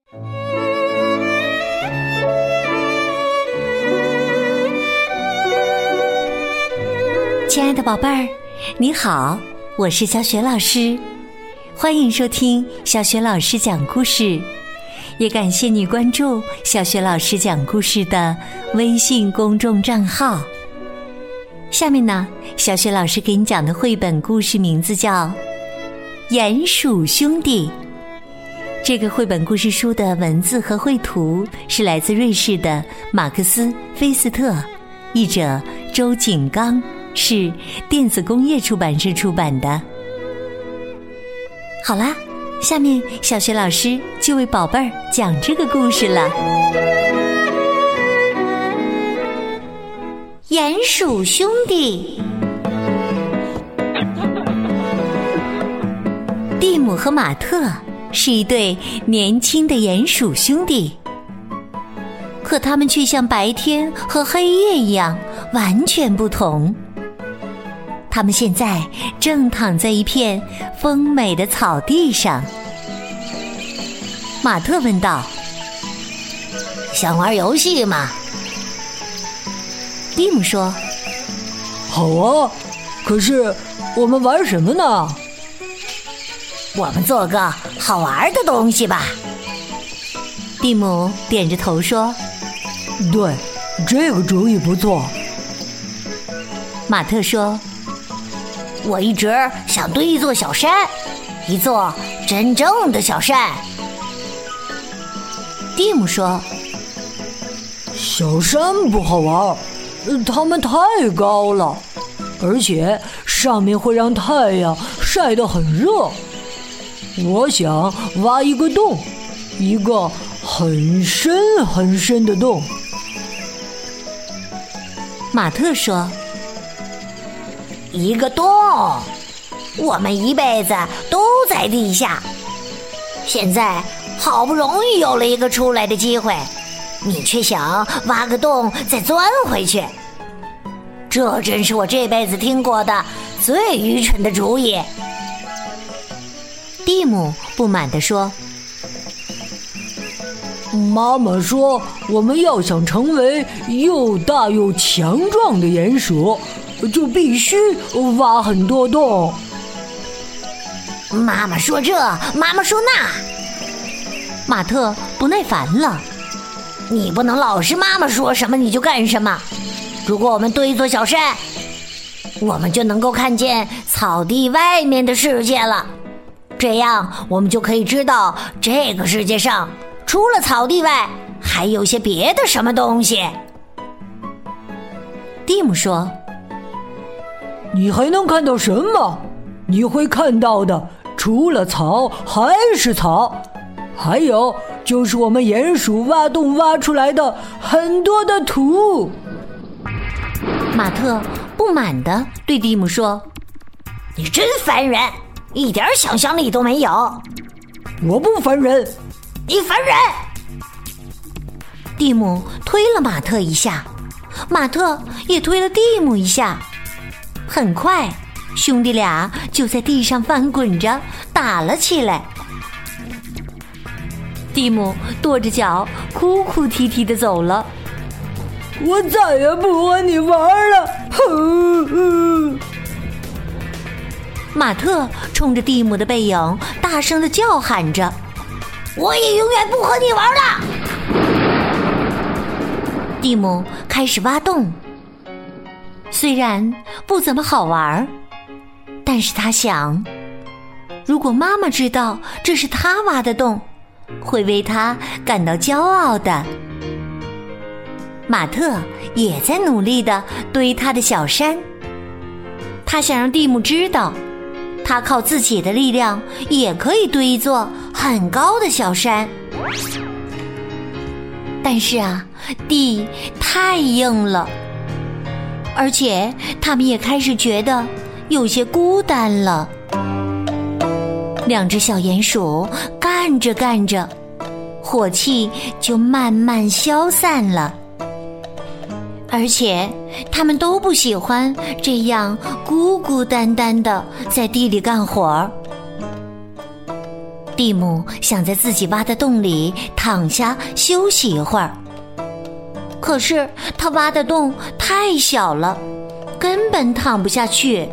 亲爱的宝贝儿，你好，我是小雪老师，欢迎收听小雪老师讲故事，也感谢你关注小雪老师讲故事的微信公众账号。下面呢，小雪老师给你讲的绘本故事名字叫《鼹鼠兄弟》。这个绘本故事书的文字和绘图是来自瑞士的马克思·菲斯特，译者周景刚，是电子工业出版社出版的。好啦，下面小雪老师就为宝贝儿讲这个故事了。鼹鼠兄弟。蒂姆和马特是一对年轻的鼹鼠兄弟，可他们却像白天和黑夜一样完全不同。他们现在正躺在一片丰美的草地上。马特问道：“ 想玩游戏吗？” 蒂姆说：“ 好啊，可是我们玩什么呢？” 我们做个好玩的东西吧。 蒂姆点着头说：“ 对，这个主意不错。” 马特说：“ 我一直想堆一座小山，一座真正的小山。” 蒂姆说：“ 小山不好玩，它们太高了，而且上面会让太阳晒得很热。我想挖一个洞，一个很深很深的洞。” 马特说：“ 一个洞？我们一辈子都在地下，现在好不容易有了一个出来的机会，你却想挖个洞再钻回去，这真是我这辈子听过的最愚蠢的主意。” 蒂姆不满地说：“ 妈妈说，我们要想成为又大又强壮的鼹鼠，就必须挖很多洞。” 妈妈说这，妈妈说那。 马特不耐烦了：“ 你不能老是妈妈说什么你就干什么。如果我们堆一座小山，我们就能够看见草地外面的世界了。这样我们就可以知道这个世界上除了草地外还有些别的什么东西。” 蒂姆说：“ 你还能看到什么？你会看到的除了草还是草，还有就是我们鼹鼠挖洞挖出来的很多的土。” 马特不满地对蒂姆说：“ 你真烦人，一点想象力都没有。”“ 我不烦人。”“ 你烦人。” 蒂姆推了马特一下，马特也推了蒂姆一下。很快，兄弟俩就在地上翻滚着打了起来。蒂姆跺着脚，哭哭啼啼地走了。 “我再也不和你玩了。” 马特冲着蒂姆的背影大声地叫喊着：“ 我也永远不和你玩了！” 蒂姆开始挖洞，虽然不怎么好玩，但是他想，如果妈妈知道这是他挖的洞，会为他感到骄傲的。马特也在努力地堆他的小山，他想让蒂姆知道，他靠自己的力量也可以堆一座很高的小山。但是啊，地太硬了，而且他们也开始觉得有些孤单了。两只小鼹鼠干着干着，火气就慢慢消散了。而且他们都不喜欢这样孤孤单单的在地里干活儿。 蒂姆想在自己挖的洞里躺下休息一会儿，可是他挖的洞太小了，根本躺不下去。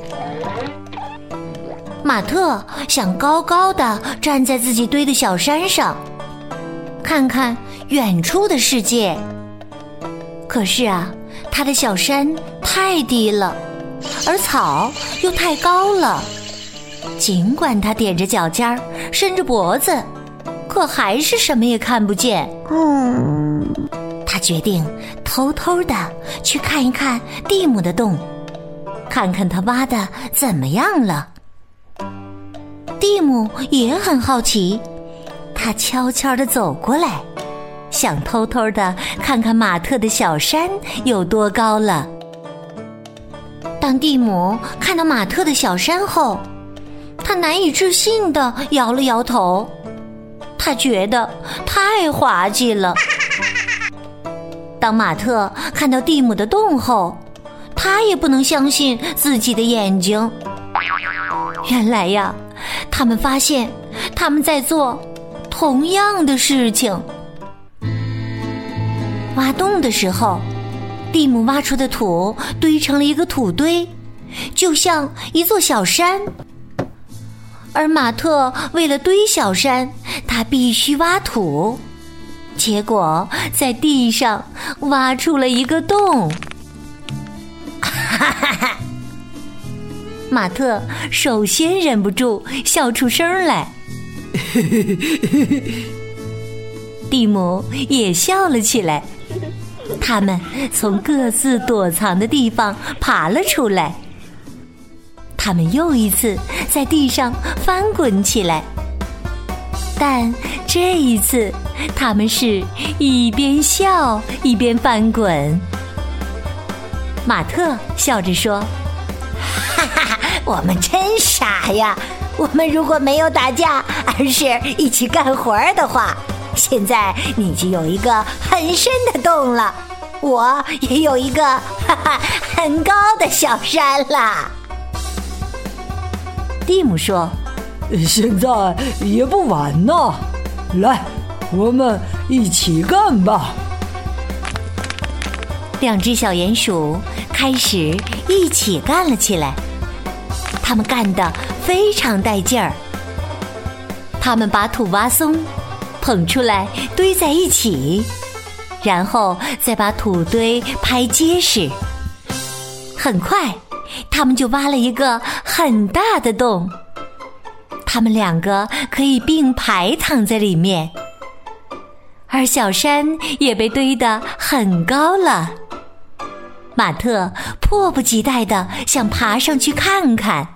马特想高高的站在自己堆的小山上，看看远处的世界。可是啊，他的小山太低了，而草又太高了。尽管他踮着脚尖儿，伸着脖子，可还是什么也看不见。他决定偷偷的去看一看蒂姆的洞，看看他挖的怎么样了。蒂姆也很好奇，他悄悄地走过来，想偷偷地看看马特的小山有多高了。当蒂姆看到马特的小山后，他难以置信地摇了摇头，他觉得太滑稽了。当马特看到蒂姆的洞后，他也不能相信自己的眼睛。原来呀，他们发现他们在做同样的事情。挖洞的时候，蒂姆挖出的土堆成了一个土堆，就像一座小山。而马特为了堆小山，他必须挖土，结果在地上挖出了一个洞。哈哈哈！马特首先忍不住笑出声来，蒂姆也笑了起来。他们从各自躲藏的地方爬了出来，他们又一次在地上翻滚起来，但这一次他们是一边笑一边翻滚。马特笑着说：哈哈，我们真傻呀！我们如果没有打架，而是一起干活的话，现在你就有一个很深的洞了，我也有一个很高的小山啦。蒂姆说： 现在也不晚呢，来，我们一起干吧。 两只小鼹鼠开始一起干了起来，他们干得非常带劲儿。他们把土挖松，捧出来堆在一起，然后再把土堆拍结实。很快，他们就挖了一个很大的洞，他们两个可以并排躺在里面，而小山也被堆得很高了。马特迫不及待地想爬上去看看。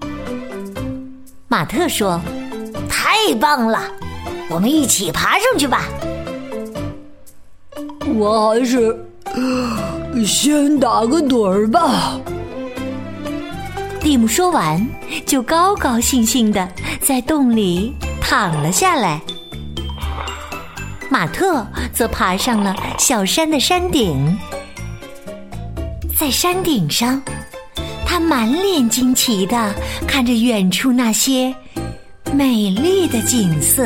马特说：太棒了，我们一起爬上去吧。 我还是先打个盹儿吧。 蒂姆说完，就高高兴兴地在洞里躺了下来。马特则爬上了小山的山顶，在山顶上，他满脸惊奇地看着远处那些美丽的景色。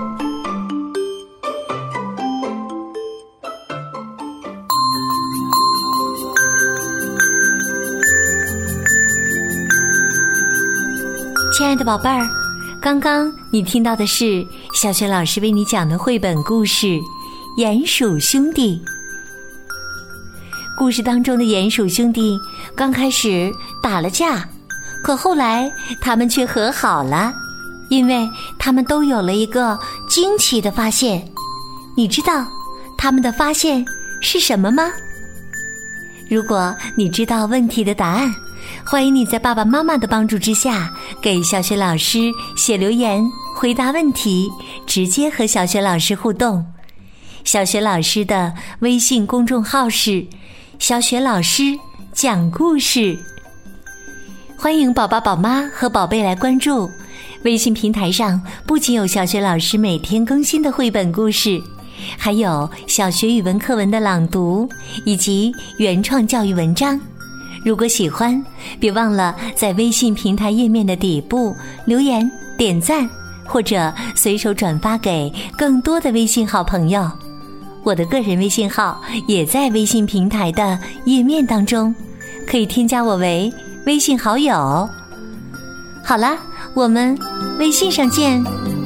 亲爱的宝贝儿，刚刚你听到的是小雪老师为你讲的绘本故事《鼹鼠兄弟》。故事当中的鼹鼠兄弟刚开始打了架，可后来他们却和好了，因为他们都有了一个惊奇的发现。你知道他们的发现是什么吗？如果你知道问题的答案，欢迎你在爸爸妈妈的帮助之下，给小雪老师写留言回答问题，直接和小雪老师互动。小雪老师的微信公众号是小雪老师讲故事，欢迎宝宝宝妈和宝贝来关注。微信平台上不仅有小雪老师每天更新的绘本故事，还有小学语文课文的朗读以及原创教育文章。如果喜欢，别忘了在微信平台页面的底部留言点赞或者随手转发给更多的微信好朋友。我的个人微信号也在微信平台的页面当中，可以添加我为微信好友。好了，我们微信上见。